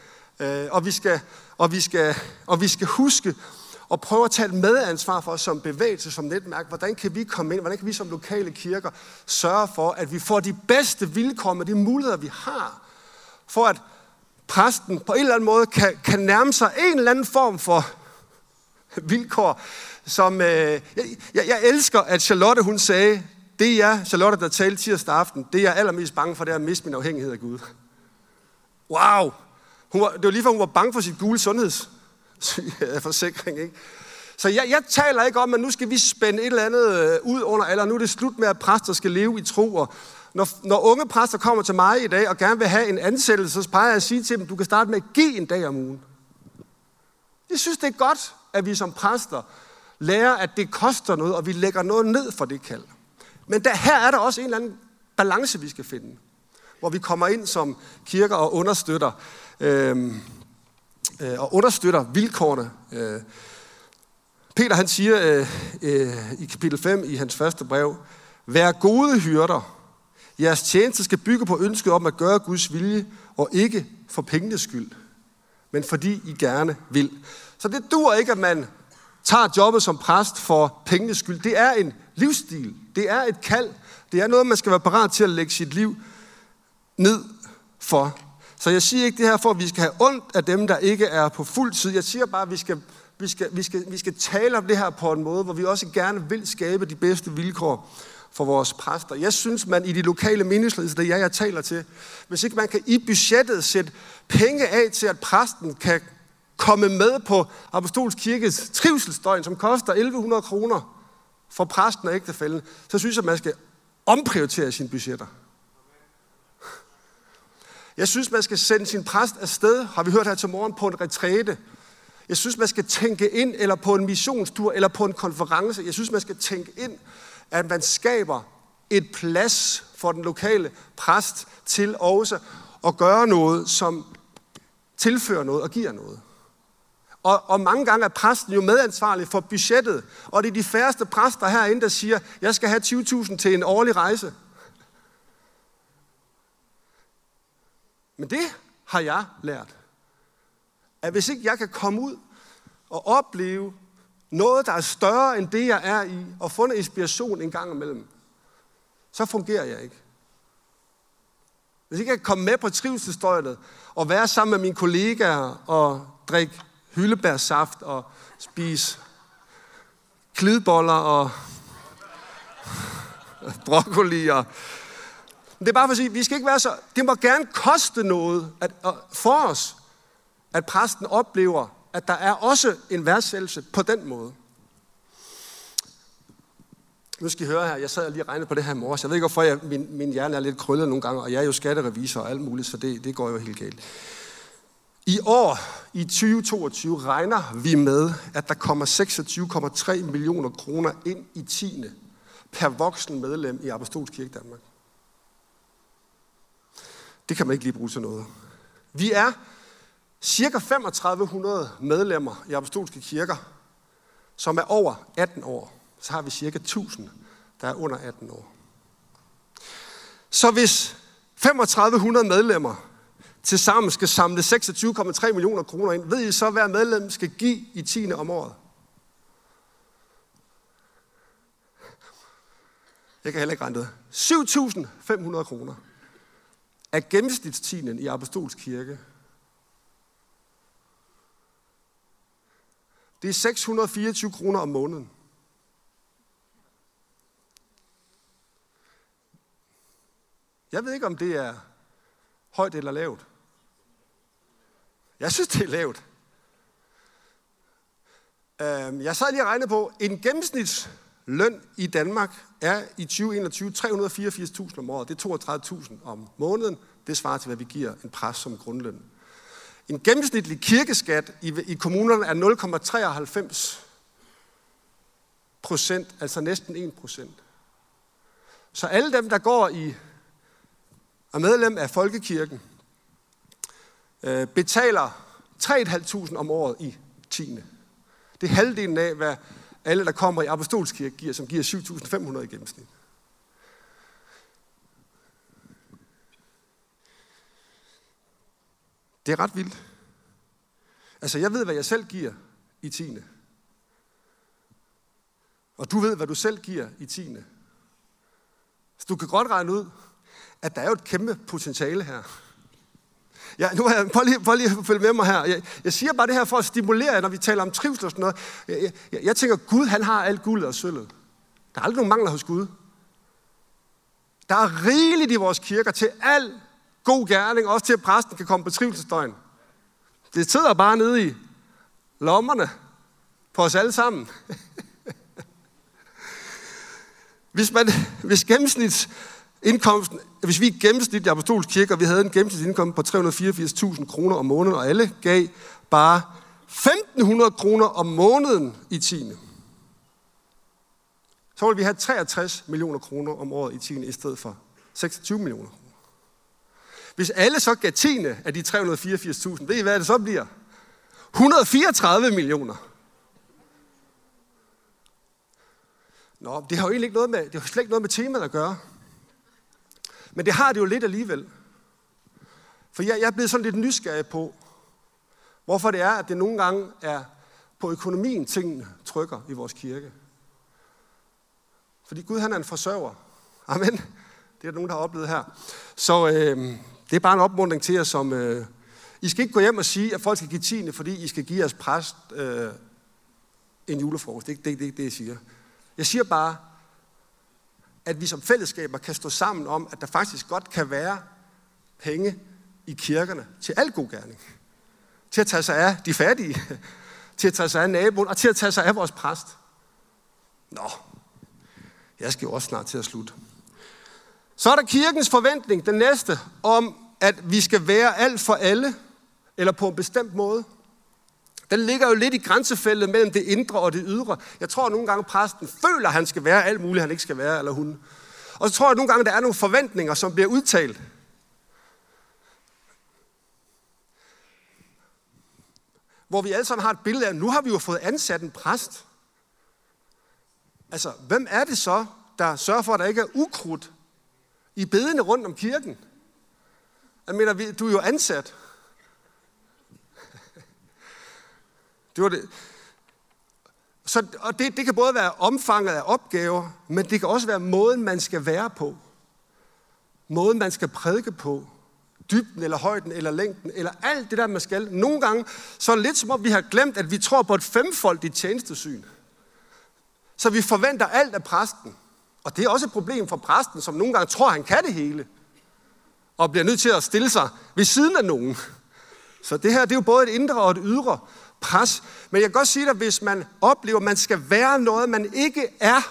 S2: Og vi skal huske og prøve at tage et medansvar for os som bevægelse, som netværk. Hvordan kan vi komme ind? Hvordan kan vi som lokale kirker sørge for, at vi får de bedste vilkår med de muligheder, vi har, for at præsten på en eller anden måde kan nærme sig en eller anden form for vilkår, som jeg elsker, at Charlotte hun sagde, det er Charlotte, der talte tirsdag aften, det jeg er allermest bange for, det er at miste min afhængighed af Gud. Wow! Det var lige før, hun var bange for sit gule sundhedsforsikring, ikke? Så jeg taler ikke om, at nu skal vi spænde et eller andet ud under, eller nu er det slut med, at præster skal leve i tro. Og når unge præster kommer til mig i dag og gerne vil have en ansættelse, så plejer jeg at sige til dem, du kan starte med at give en dag om ugen. Jeg synes, det er godt, at vi som præster lærer, at det koster noget, og vi lægger noget ned for det kald. Men her er der også en eller anden balance, vi skal finde, hvor vi kommer ind som kirker og understøtter vilkårene. Peter han siger i kapitel 5 i hans første brev, vær gode hyrder. Jeres tjeneste skal bygge på ønsket om at gøre Guds vilje, og ikke for pengenes skyld, men fordi I gerne vil. Så det duer ikke, at man tager jobbet som præst for pengenes skyld. Det er en livsstil. Det er et kald. Det er noget, man skal være parat til at lægge sit liv ned for. Så jeg siger ikke det her for, at vi skal have ondt af dem, der ikke er på fuld tid. Jeg siger bare, at vi skal tale om det her på en måde, hvor vi også gerne vil skabe de bedste vilkår for vores præster. Jeg synes, man i de lokale menighedsledelse, det er jeg taler til, hvis ikke man kan i budgettet sætte penge af til, at præsten kan komme med på Apostolsk Kirkes trivselsdøgn, som koster 1.100 kroner for præsten og ægtefællen, så synes jeg, at man skal omprioritere sine budgetter. Jeg synes, man skal sende sin præst afsted, har vi hørt her til morgen, på en retræte. Jeg synes, man skal tænke ind, eller på en missionstur, eller på en konference. Jeg synes, man skal tænke ind, at man skaber et plads for den lokale præst til også at gøre noget, som tilfører noget og giver noget. Og mange gange er præsten jo medansvarlig for budgettet, og det er de færreste præster herinde, der siger, jeg skal have 20.000 til en årlig rejse. Men det har jeg lært. At hvis ikke jeg kan komme ud og opleve noget, der er større end det, jeg er i, og få en inspiration en gang imellem, så fungerer jeg ikke. Hvis ikke jeg kan komme med på trivselsstøjet og være sammen med mine kollegaer og drikke hyldebærsaft og spise klidboller og broccoli. Og det er bare for at sige, vi skal ikke være så. Det må gerne koste noget for os, at præsten oplever, at der er også en værdsættelse på den måde. Nu skal I høre her, jeg sad lige og regnede på det her i morges. Jeg ved ikke, hvorfor min hjerne er lidt krøllet nogle gange, og jeg er jo skatterevisor og alt muligt, så det går jo helt galt. I år, i 2022, regner vi med, at der kommer 26,3 millioner kroner ind i 10. per voksen medlem i Apostolsk Kirke Danmark. Det kan man ikke lige bruge til noget. Vi er cirka 3500 medlemmer i apostolske kirker, som er over 18 år. Så har vi cirka 1000, der er under 18 år. Så hvis 3500 medlemmer til sammen skal samle 26,3 millioner kroner ind, ved I så, hvad medlem skal give i 10. om året? Jeg kan heller ikke regne det. 7.500 kroner af gennemsnitstienden i Apostolsk Kirke. Det er 624 kroner om måneden. Jeg ved ikke, om det er højt eller lavt. Jeg synes, det er lavt. Jeg sad lige og regnede på, en gennemsnitsløn i Danmark er i 2021 384.000 om året. Det er 32.000 om måneden. Det svarer til, hvad vi giver en præst som grundløn. En gennemsnitlig kirkeskat i kommunerne er 0,93%, altså næsten 1%. Så alle dem, der går i er medlem af folkekirken, betaler 3.500 om året i 10. Det er halvdelen af, hvad alle, der kommer i Apostolsk Kirke, giver, som giver 7.500 i gennemsnit. Det er ret vildt. Altså, jeg ved, hvad jeg selv giver i 10. Og du ved, hvad du selv giver i 10. Så du kan godt regne ud, at der er jo et kæmpe potentiale her. Ja, nu har jeg, prøv lige at følge med mig her. Jeg siger bare det her for at stimulere jer, når vi taler om trivsel og sådan noget. Jeg tænker, Gud, han har alt guld og sølvet. Der er aldrig nogen mangler hos Gud. Der er rigeligt i vores kirker til al god gerning, også til at præsten kan komme på trivselsdøgn. Det sidder bare nede i lommerne på os alle sammen. Hvis gennemsnitsindkomsten, hvis vi i gennemsnit i Apostolsk Kirke, og vi havde en gennemsnitsindkomst på 384.000 kroner om måneden, og alle gav bare 1.500 kroner om måneden i 10. Så ville vi have 63 millioner kroner om året i 10. i stedet for 26 millioner kroner. Hvis alle så gav 10 af de 384.000, ved I hvad det så bliver? 134 millioner. Nå, det har jo egentlig ikke noget med, det har slet ikke noget med temaet at gøre. Men det har det jo lidt alligevel. For jeg er blevet sådan lidt nysgerrig på, hvorfor det er, at det nogle gange er på økonomien, tingene trykker i vores kirke. Fordi Gud, han er en forsørger. Amen. Det er der nogen, der har oplevet her. Så det er bare en opmuntring til jer, som I skal ikke gå hjem og sige, at folk skal give 10, fordi I skal give jeres præst en julefrokost. Det er ikke det, jeg siger. Jeg siger bare, at vi som fællesskaber kan stå sammen om, at der faktisk godt kan være penge i kirkerne til al god gerning. Til at tage sig af de fattige, til at tage sig af naboen, og til at tage sig af vores præst. Nå, jeg skal jo også snart til at slutte. Så er der kirkens forventning, den næste, om at vi skal være alt for alle, eller på en bestemt måde. Den ligger jo lidt i grænsefeltet mellem det indre og det ydre. Jeg tror nogle gange, præsten føler, at han skal være alt muligt, han ikke skal være, eller hun. Og så tror jeg, at nogle gange, der er nogle forventninger, som bliver udtalt. Hvor vi alle sammen har et billede af, nu har vi jo fået ansat en præst. Altså, hvem er det så, der sørger for, at der ikke er ukrudt i bedene rundt om kirken? Jeg mener, du er jo ansat. Det var det. Så, og det kan både være omfanget af opgaver, men det kan også være måden, man skal være på. Måden, man skal prædike på. Dybden eller højden eller længden, eller alt det der, man skal. Nogle gange, så er det lidt som om vi har glemt, at vi tror på et femfoldigt tjenestesyn. Så vi forventer alt af præsten. Og det er også et problem for præsten, som nogle gange tror, han kan det hele. Og bliver nødt til at stille sig ved siden af nogen. Så det her, det er jo både et indre og et ydre pres. Men jeg kan godt sige dig, hvis man oplever, at man skal være noget, man ikke er,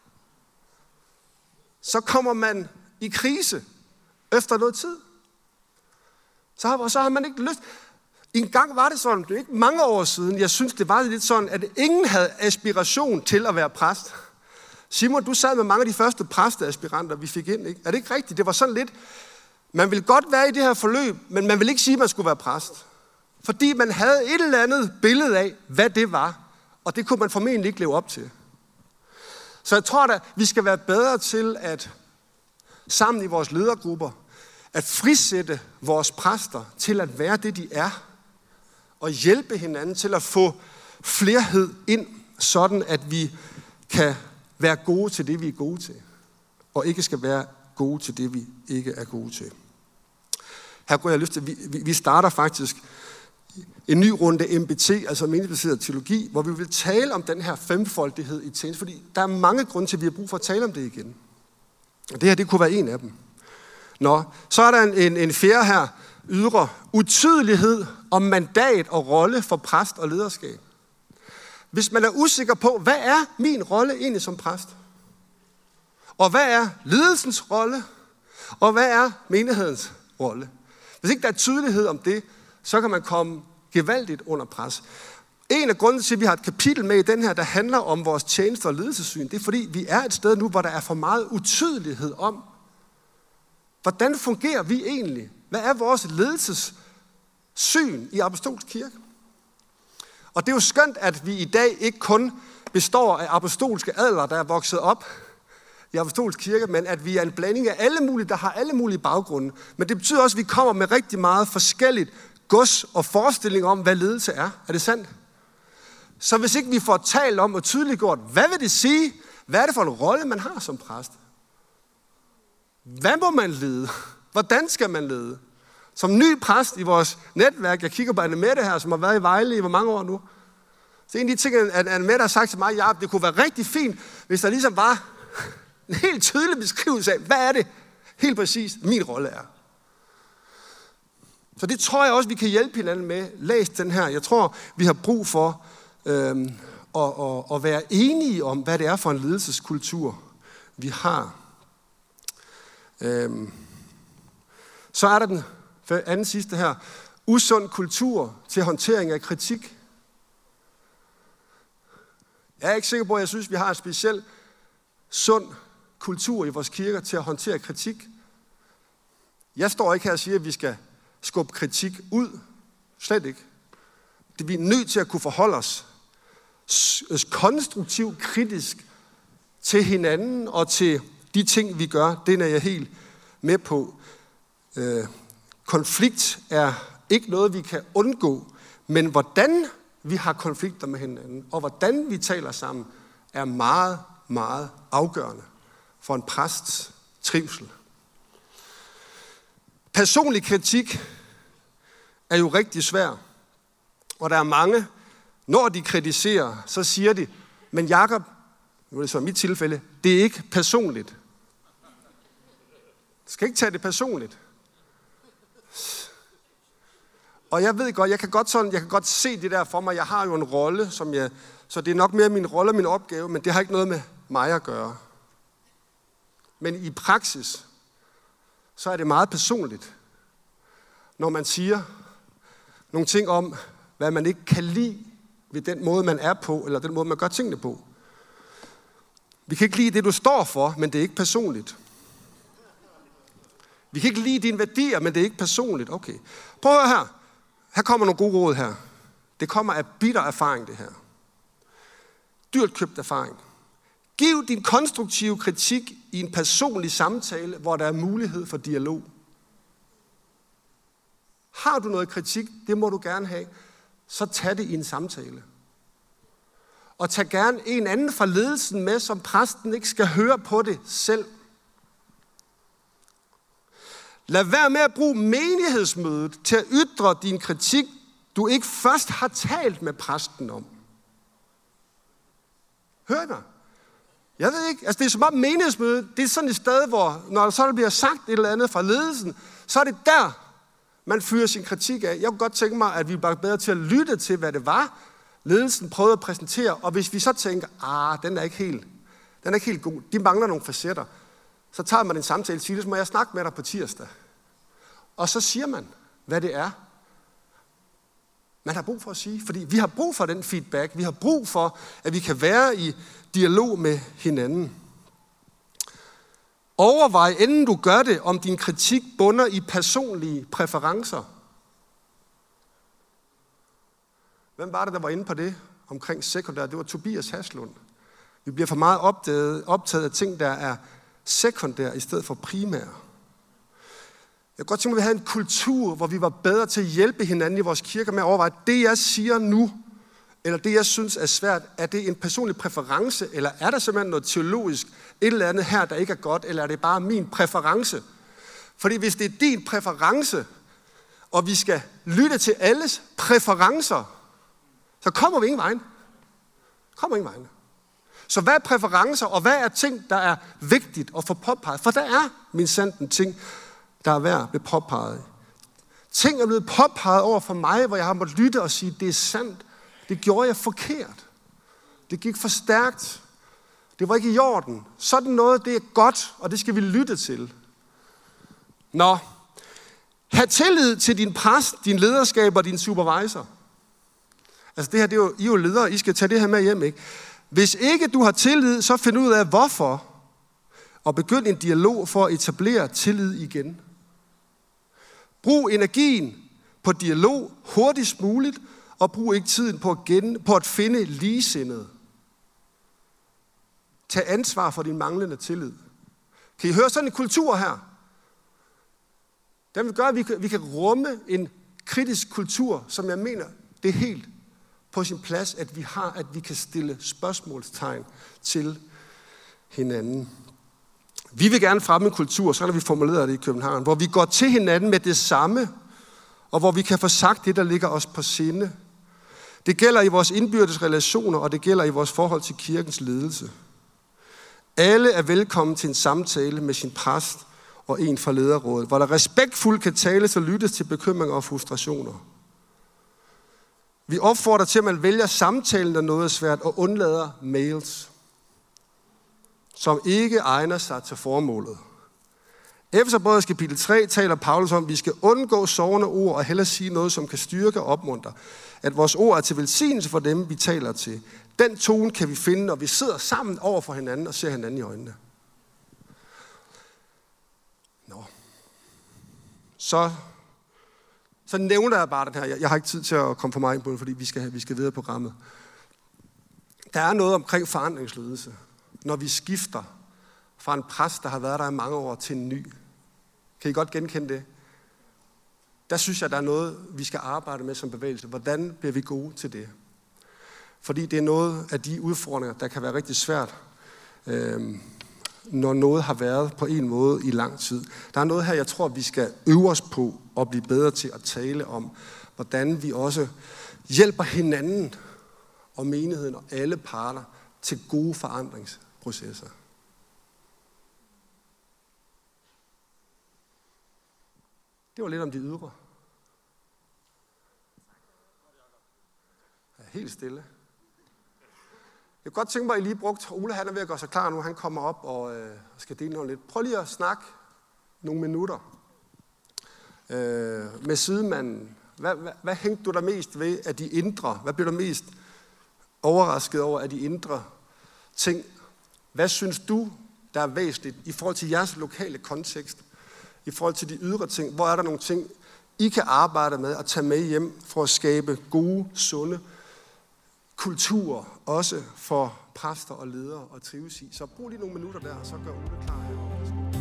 S2: så kommer man i krise efter noget tid. Så har man ikke lyst. En gang var det sådan, det er ikke mange år siden, jeg synes, det var lidt sådan, at ingen havde aspiration til at være præst. Simon, du sad med mange af de første præsteaspiranter, vi fik ind, ikke? Er det ikke rigtigt? Det var sådan lidt, man ville godt være i det her forløb, men man ville ikke sige, at man skulle være præst. Fordi man havde et eller andet billede af, hvad det var, og det kunne man formentlig ikke leve op til. Så jeg tror da, vi skal være bedre til at sammen i vores ledergrupper, at frisætte vores præster til at være det, de er, og hjælpe hinanden til at få flerhed ind, sådan at vi kan være gode til det, vi er gode til, og ikke skal være gode til det, vi ikke er gode til. Her kunne jeg lyst til, vi starter faktisk en ny runde MBT, altså menighedsbaseret teologi, hvor vi vil tale om den her femfoldighed i tjeneste, fordi der er mange grunde til, at vi har brug for at tale om det igen. Og det her, det kunne være en af dem. Så er der en fjerde her, ydre utydelighed om mandat og rolle for præst og lederskab. Hvis man er usikker på, hvad er min rolle egentlig som præst? Og hvad er ledelsens rolle? Og hvad er menighedens rolle? Hvis ikke der er tydelighed om det, så kan man komme gevaldigt under pres. En af grunden til, at vi har et kapitel med i den her, der handler om vores tjeneste og ledelsessyn, det er fordi, vi er et sted nu, hvor der er for meget utydelighed om, hvordan fungerer vi egentlig? Hvad er vores ledelsessyn i Apostolsk Kirke? Og det er jo skønt, at vi i dag ikke kun består af apostolske adler, der er vokset op i Apostolsk Kirke, men at vi er en blanding af alle mulige, der har alle mulige baggrunde. Men det betyder også, at vi kommer med rigtig meget forskelligt gods og forestilling om, hvad ledelse er. Er det sandt? Så hvis ikke vi får talt om og tydeliggjort, hvad vil det sige? Hvad er det for en rolle, man har som præst? Hvad må man lede? Hvordan skal man lede? Som ny præst i vores netværk, jeg kigger på Annemette her, som har været i Vejle i hvor mange år nu. Så en af de ting, at Annemette har sagt til mig, ja, det kunne være rigtig fint, hvis der ligesom var en helt tydelig beskrivelse af, hvad er det helt præcis, min rolle er. Så det tror jeg også, vi kan hjælpe hinanden med. Læs den her. Jeg tror, vi har brug for at være enige om, hvad det er for en ledelseskultur, vi har. Så er der den anden sidste her. Usund kultur til håndtering af kritik. Jeg er ikke sikker på, at jeg synes, vi har en speciel sund kultur i vores kirker til at håndtere kritik. Jeg står ikke her og siger, at vi skal skubbe kritik ud. Slet ikke. Vi er nødt til at kunne forholde os konstruktivt, kritisk til hinanden og til de ting, vi gør. Det er jeg helt med på. Konflikt er ikke noget, vi kan undgå, men hvordan vi har konflikter med hinanden, og hvordan vi taler sammen, er meget, meget afgørende for en præsts trivsel. Personlig kritik er jo rigtig svær, og der er mange, når de kritiserer, så siger de, men Jakob, nu er det så i mit tilfælde, det er ikke personligt. Du skal ikke tage det personligt. Og jeg ved godt, jeg kan godt se det der for mig. Jeg har jo en rolle, så det er nok mere min rolle og min opgave, men det har ikke noget med mig at gøre. Men i praksis, så er det meget personligt, når man siger nogle ting om, hvad man ikke kan lide ved den måde, man er på, eller den måde, man gør tingene på. Vi kan ikke lide det, du står for, men det er ikke personligt. Vi kan ikke lide dine værdier, men det er ikke personligt. Okay. Prøv at høre her. Her kommer nogle gode råd her. Det kommer af bitter erfaring, det her. Dyrt købt erfaring. Giv din konstruktive kritik i en personlig samtale, hvor der er mulighed for dialog. Har du noget kritik, det må du gerne have, så tag det i en samtale. Og tag gerne en anden fra ledelsen med, som præsten ikke skal høre på det selv. Lad være med at bruge menighedsmødet til at ytre din kritik, du ikke først har talt med præsten om. Hør I mig? Jeg ved ikke, altså det er som om menighedsmødet, det er sådan et sted, hvor når så der bliver sagt et eller andet fra ledelsen, så er det der, man fyrer sin kritik af. Jeg kunne godt tænke mig, at vi var bedre til at lytte til, hvad det var, ledelsen prøvede at præsentere, og hvis vi så tænker, den er ikke helt god, de mangler nogle facetter, så tager man en samtale og siger, så må jeg snakke med dig på tirsdag. Og så siger man, hvad det er, man har brug for at sige. Fordi vi har brug for den feedback. Vi har brug for, at vi kan være i dialog med hinanden. Overvej, inden du gør det, om din kritik bunder i personlige præferencer. Hvem var det, der var inde på det omkring sekundær? Det var Tobias Haslund. Vi bliver for meget optaget af ting, der er sekundære i stedet for primære. Jeg kunne godt tænke mig, at vi havde en kultur, hvor vi var bedre til at hjælpe hinanden i vores kirker med at overveje, det jeg siger nu, eller det jeg synes er svært, er det en personlig præference, eller er der simpelthen noget teologisk, et eller andet her, der ikke er godt, eller er det bare min præference? Fordi hvis det er din præference, og vi skal lytte til alles præferencer, så kommer vi ingen vejen. Så hvad er præferencer, og hvad er ting, der er vigtigt at få påpeget? For der er mindstant en ting, der er værd at blive påpeget. Ting er blevet påpeget over for mig, hvor jeg har måttet lytte og sige, det er sandt. Det gjorde jeg forkert. Det gik for stærkt. Det var ikke i orden. Sådan noget, det er godt, og det skal vi lytte til. Nå, have tillid til din præst, din lederskab og din supervisor. Altså det her, det er jo, I er jo ledere, I skal tage det her med hjem, ikke? Hvis ikke du har tillid, så find ud af hvorfor, og begynd en dialog for at etablere tillid igen. Brug energien på dialog hurtigst muligt, og brug ikke tiden på at finde ligesindede. Tag ansvar for din manglende tillid. Kan I høre sådan en kultur her? Den vil gøre, at vi kan rumme en kritisk kultur, som jeg mener, det er helt på sin plads, at vi kan stille spørgsmålstegn til hinanden. Vi vil gerne fremme en kultur, så har vi formuleret det i København, hvor vi går til hinanden med det samme, og hvor vi kan få sagt det, der ligger os på sinde. Det gælder i vores indbyrdes relationer, og det gælder i vores forhold til kirkens ledelse. Alle er velkommen til en samtale med sin præst og en fra lederrådet, hvor der respektfuldt kan tales og lyttes til bekymringer og frustrationer. Vi opfordrer til, at man vælger samtalen, når noget er svært, og undlader mails, som ikke egner sig til formålet. Efeserbrevet kapitel 3 taler Paulus om, at vi skal undgå sårende ord og hellere sige noget, som kan styrke og opmuntre. At vores ord er til velsignelse for dem, vi taler til. Den tone kan vi finde, når vi sidder sammen over for hinanden og ser hinanden i øjnene. Så nævner jeg bare den her. Jeg har ikke tid til at komme for meget ind på det, fordi vi skal videre på programmet. Der er noget omkring forandringsledelse, når vi skifter fra en præst, der har været der i mange år, til en ny. Kan I godt genkende det? Der synes jeg, der er noget, vi skal arbejde med som bevægelse. Hvordan bliver vi gode til det? Fordi det er noget af de udfordringer, der kan være rigtig svært, når noget har været på en måde i lang tid. Der er noget her, jeg tror, vi skal øve os på og blive bedre til at tale om, hvordan vi også hjælper hinanden og menigheden og alle parter til gode forandringsprocesser. Det var lidt om de ydre. Ja, helt stille. Jeg kunne godt tænke mig, at I lige brugte, Ole han er ved at gøre sig klar nu, han kommer op og skal dele noget lidt. Prøv lige at snakke nogle minutter med sidemanden. Hvad hængte du der mest ved af de indre? Hvad blev du mest overrasket over af de indre ting? Hvad synes du, der er væsentligt i forhold til jeres lokale kontekst? i forhold til de ydre ting. Hvor er der nogle ting, I kan arbejde med og tage med hjem for at skabe gode, sunde kulturer, også for præster og ledere at trives i. Så brug lige nogle minutter der, og så gør Ulle klar herovre.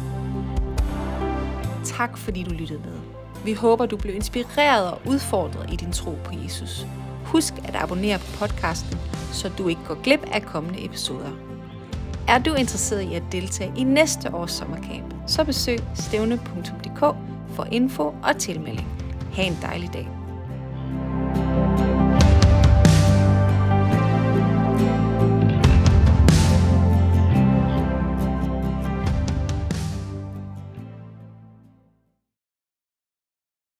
S1: Tak fordi du lyttede med. Vi håber, du blev inspireret og udfordret i din tro på Jesus. Husk at abonnere på podcasten, så du ikke går glip af kommende episoder. Er du interesseret i at deltage i næste års sommercamp, så besøg stævne.dk for info og tilmelding. Ha' en dejlig dag.